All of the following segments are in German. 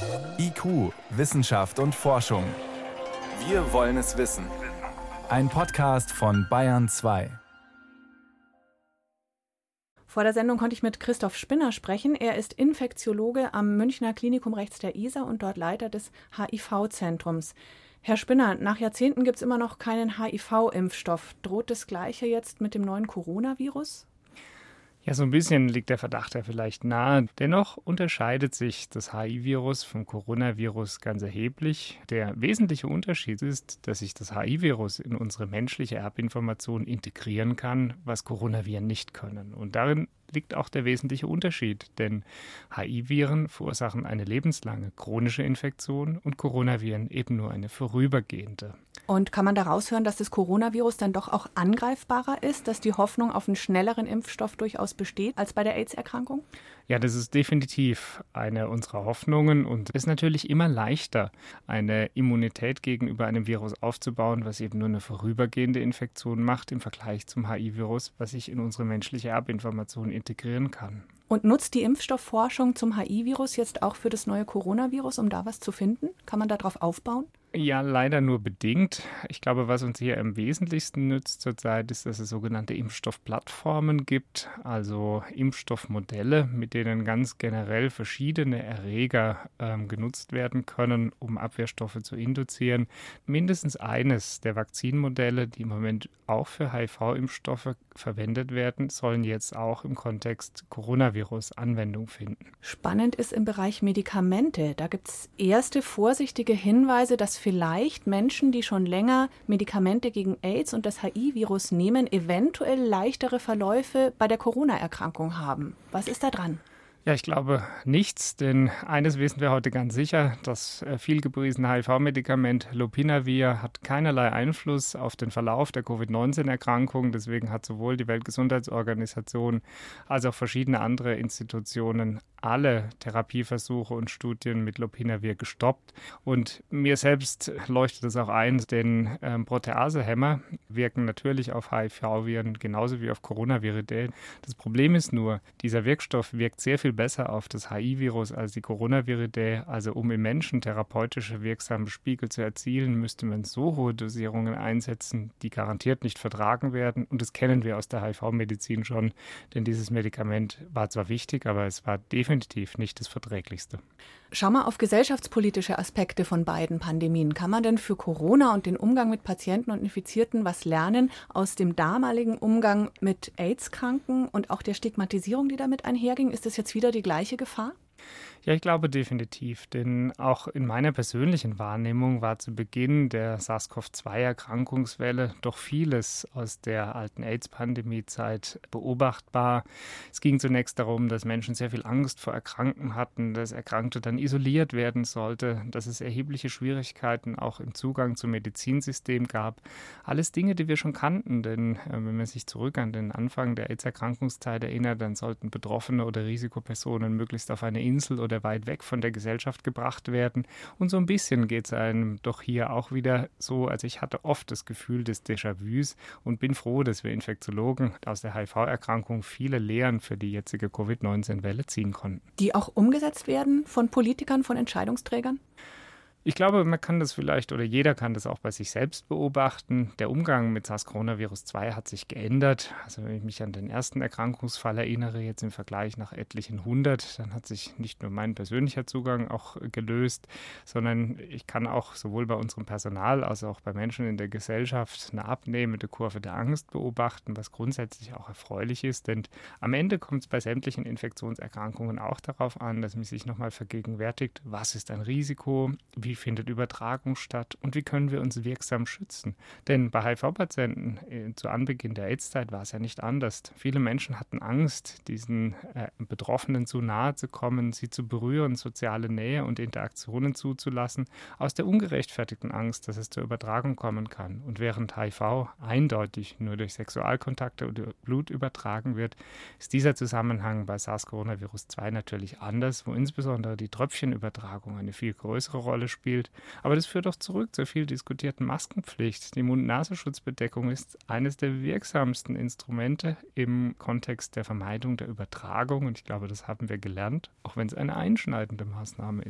IQ, Wissenschaft und Forschung. Wir wollen es wissen. Ein Podcast von Bayern 2. Vor der Sendung konnte ich mit Christoph Spinner sprechen. Er ist Infektiologe am Münchner Klinikum rechts der Isar und dort Leiter des HIV-Zentrums. Herr Spinner, nach Jahrzehnten gibt es immer noch keinen HIV-Impfstoff. Droht das Gleiche jetzt mit dem neuen Coronavirus? Ja, so ein bisschen liegt der Verdacht ja vielleicht nahe. Dennoch unterscheidet sich das HIV-Virus vom Coronavirus ganz erheblich. Der wesentliche Unterschied ist, dass sich das HIV-Virus in unsere menschliche Erbinformation integrieren kann, was Coronaviren nicht können. Und darin liegt auch der wesentliche Unterschied, denn HIV-Viren verursachen eine lebenslange chronische Infektion und Coronaviren eben nur eine vorübergehende. Und kann man daraus hören, dass das Coronavirus dann doch auch angreifbarer ist, dass die Hoffnung auf einen schnelleren Impfstoff durchaus besteht als bei der AIDS-Erkrankung? Ja, das ist definitiv eine unserer Hoffnungen und es ist natürlich immer leichter, eine Immunität gegenüber einem Virus aufzubauen, was eben nur eine vorübergehende Infektion macht im Vergleich zum HIV-Virus, was sich in unsere menschliche Erbinformation integrieren kann. Und nutzt die Impfstoffforschung zum HIV-Virus jetzt auch für das neue Coronavirus, um da was zu finden? Kann man darauf aufbauen? Ja, leider nur bedingt. Ich glaube, was uns hier am wesentlichsten nützt zurzeit, ist, dass es sogenannte Impfstoffplattformen gibt, also Impfstoffmodelle, mit denen ganz generell verschiedene Erreger genutzt werden können, um Abwehrstoffe zu induzieren. Mindestens eines der Vakzinmodelle, die im Moment auch für HIV-Impfstoffe verwendet werden, sollen jetzt auch im Kontext Coronavirus Anwendung finden. Spannend ist im Bereich Medikamente. Da gibt es erste vorsichtige Hinweise, dass vielleicht Menschen, die schon länger Medikamente gegen AIDS und das HIV-Virus nehmen, eventuell leichtere Verläufe bei der Corona-Erkrankung haben. Was ist da dran? Ja, ich glaube nichts, denn eines wissen wir heute ganz sicher, das vielgepriesene HIV-Medikament Lopinavir hat keinerlei Einfluss auf den Verlauf der Covid-19-Erkrankung. Deswegen hat sowohl die Weltgesundheitsorganisation als auch verschiedene andere Institutionen alle Therapieversuche und Studien mit Lopinavir gestoppt. Und mir selbst leuchtet es auch ein, denn Proteasehämmer wirken natürlich auf HIV-Viren genauso wie auf Coronaviridä. Das Problem ist nur, dieser Wirkstoff wirkt sehr viel besser auf das HIV-Virus als die Coronaviridä. Also um im Menschen therapeutische wirksame Spiegel zu erzielen, müsste man so hohe Dosierungen einsetzen, die garantiert nicht vertragen werden. Und das kennen wir aus der HIV-Medizin schon, denn dieses Medikament war zwar wichtig, aber es war definitiv nicht das verträglichste. Schau mal auf gesellschaftspolitische Aspekte von beiden Pandemien. Kann man denn für Corona und den Umgang mit Patienten und Infizierten was lernen aus dem damaligen Umgang mit AIDS-Kranken und auch der Stigmatisierung, die damit einherging? Ist das jetzt wieder die gleiche Gefahr? Ja, ich glaube definitiv, denn auch in meiner persönlichen Wahrnehmung war zu Beginn der SARS-CoV-2-Erkrankungswelle doch vieles aus der alten AIDS-Pandemie-Zeit beobachtbar. Es ging zunächst darum, dass Menschen sehr viel Angst vor Erkrankten hatten, dass Erkrankte dann isoliert werden sollte, dass es erhebliche Schwierigkeiten auch im Zugang zum Medizinsystem gab. Alles Dinge, die wir schon kannten, denn wenn man sich zurück an den Anfang der AIDS-Erkrankungszeit erinnert, dann sollten Betroffene oder Risikopersonen möglichst auf eine Insel oder weit weg von der Gesellschaft gebracht werden. Und so ein bisschen geht es einem doch hier auch wieder so, also ich hatte oft das Gefühl des Déjà-vus und bin froh, dass wir Infektiologen aus der HIV-Erkrankung viele Lehren für die jetzige Covid-19-Welle ziehen konnten. Die auch umgesetzt werden von Politikern, von Entscheidungsträgern? Ich glaube, man kann das vielleicht oder jeder kann das auch bei sich selbst beobachten. Der Umgang mit SARS-CoV-2 hat sich geändert. Also wenn ich mich an den ersten Erkrankungsfall erinnere, jetzt im Vergleich nach etlichen 100, dann hat sich nicht nur mein persönlicher Zugang auch gelöst, sondern ich kann auch sowohl bei unserem Personal als auch bei Menschen in der Gesellschaft eine abnehmende Kurve der Angst beobachten, was grundsätzlich auch erfreulich ist. Denn am Ende kommt es bei sämtlichen Infektionserkrankungen auch darauf an, dass man sich nochmal vergegenwärtigt, was ist ein Risiko, wie findet Übertragung statt und wie können wir uns wirksam schützen. Denn bei HIV-Patienten zu Anbeginn der AIDS-Zeit war es ja nicht anders. Viele Menschen hatten Angst, diesen Betroffenen zu nahe zu kommen, sie zu berühren, soziale Nähe und Interaktionen zuzulassen, aus der ungerechtfertigten Angst, dass es zur Übertragung kommen kann. Und während HIV eindeutig nur durch Sexualkontakte oder Blut übertragen wird, ist dieser Zusammenhang bei SARS-CoV-2 natürlich anders, wo insbesondere die Tröpfchenübertragung eine viel größere Rolle spielt. Aber das führt doch zurück zur viel diskutierten Maskenpflicht. Die Mund-Nasen-Schutzbedeckung ist eines der wirksamsten Instrumente im Kontext der Vermeidung der Übertragung. Und ich glaube, das haben wir gelernt, auch wenn es eine einschneidende Maßnahme ist.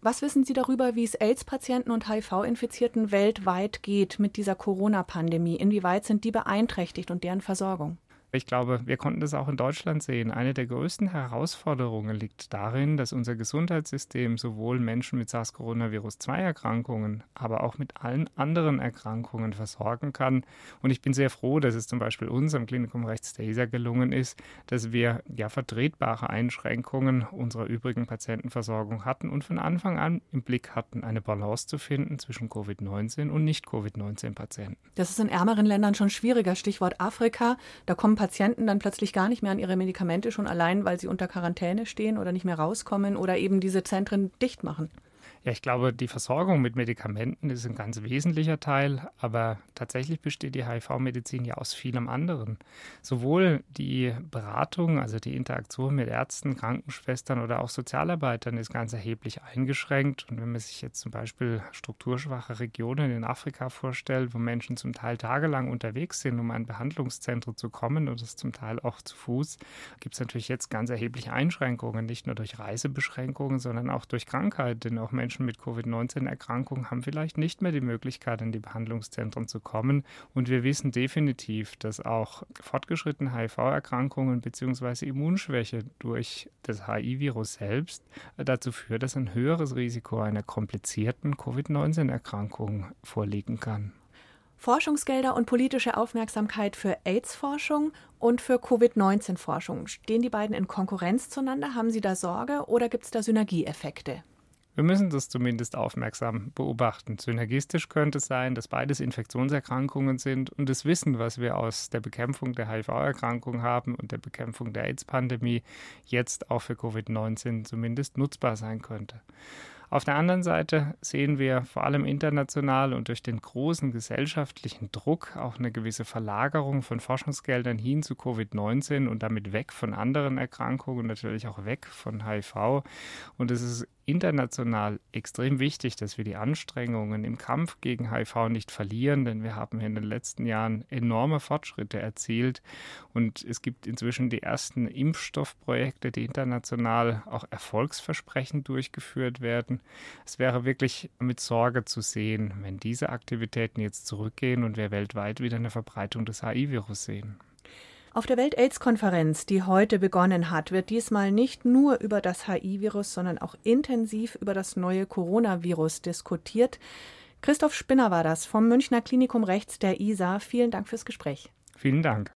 Was wissen Sie darüber, wie es AIDS-Patienten und HIV-Infizierten weltweit geht mit dieser Corona-Pandemie? Inwieweit sind die beeinträchtigt und deren Versorgung? Ich glaube, wir konnten das auch in Deutschland sehen. Eine der größten Herausforderungen liegt darin, dass unser Gesundheitssystem sowohl Menschen mit SARS-CoV-2-Erkrankungen, aber auch mit allen anderen Erkrankungen versorgen kann. Und ich bin sehr froh, dass es zum Beispiel uns am Klinikum rechts der Isar gelungen ist, dass wir vertretbare Einschränkungen unserer übrigen Patientenversorgung hatten und von Anfang an im Blick hatten, eine Balance zu finden zwischen Covid-19 und Nicht-Covid-19-Patienten. Das ist in ärmeren Ländern schon schwieriger. Stichwort Afrika. Da kommen Patienten dann plötzlich gar nicht mehr an ihre Medikamente, schon allein, weil sie unter Quarantäne stehen oder nicht mehr rauskommen oder eben diese Zentren dicht machen. Ja, ich glaube, die Versorgung mit Medikamenten ist ein ganz wesentlicher Teil, aber tatsächlich besteht die HIV-Medizin ja aus vielem anderen. Sowohl die Beratung, also die Interaktion mit Ärzten, Krankenschwestern oder auch Sozialarbeitern ist ganz erheblich eingeschränkt. Und wenn man sich jetzt zum Beispiel strukturschwache Regionen in Afrika vorstellt, wo Menschen zum Teil tagelang unterwegs sind, um an Behandlungszentren zu kommen und das zum Teil auch zu Fuß, gibt es natürlich jetzt ganz erhebliche Einschränkungen, nicht nur durch Reisebeschränkungen, sondern auch durch Krankheit, denn auch Menschen mit Covid-19-Erkrankungen haben vielleicht nicht mehr die Möglichkeit, in die Behandlungszentren zu kommen. Und wir wissen definitiv, dass auch fortgeschrittene HIV-Erkrankungen bzw. Immunschwäche durch das HIV-Virus selbst dazu führt, dass ein höheres Risiko einer komplizierten Covid-19-Erkrankung vorliegen kann. Forschungsgelder und politische Aufmerksamkeit für AIDS-Forschung und für Covid-19-Forschung. Stehen die beiden in Konkurrenz zueinander? Haben Sie da Sorge oder gibt es da Synergieeffekte? Wir müssen das zumindest aufmerksam beobachten. Synergistisch könnte es sein, dass beides Infektionserkrankungen sind und das Wissen, was wir aus der Bekämpfung der HIV-Erkrankung haben und der Bekämpfung der AIDS-Pandemie, jetzt auch für Covid-19 zumindest nutzbar sein könnte. Auf der anderen Seite sehen wir vor allem international und durch den großen gesellschaftlichen Druck auch eine gewisse Verlagerung von Forschungsgeldern hin zu Covid-19 und damit weg von anderen Erkrankungen, natürlich auch weg von HIV. Und es ist international extrem wichtig, dass wir die Anstrengungen im Kampf gegen HIV nicht verlieren, denn wir haben in den letzten Jahren enorme Fortschritte erzielt und es gibt inzwischen die ersten Impfstoffprojekte, die international auch erfolgsversprechend durchgeführt werden. Es wäre wirklich mit Sorge zu sehen, wenn diese Aktivitäten jetzt zurückgehen und wir weltweit wieder eine Verbreitung des HIV-Virus sehen. Auf der Welt-AIDS-Konferenz, die heute begonnen hat, wird diesmal nicht nur über das HIV-Virus, sondern auch intensiv über das neue Coronavirus diskutiert. Christoph Spinner war das vom Münchner Klinikum rechts der Isar. Vielen Dank fürs Gespräch. Vielen Dank.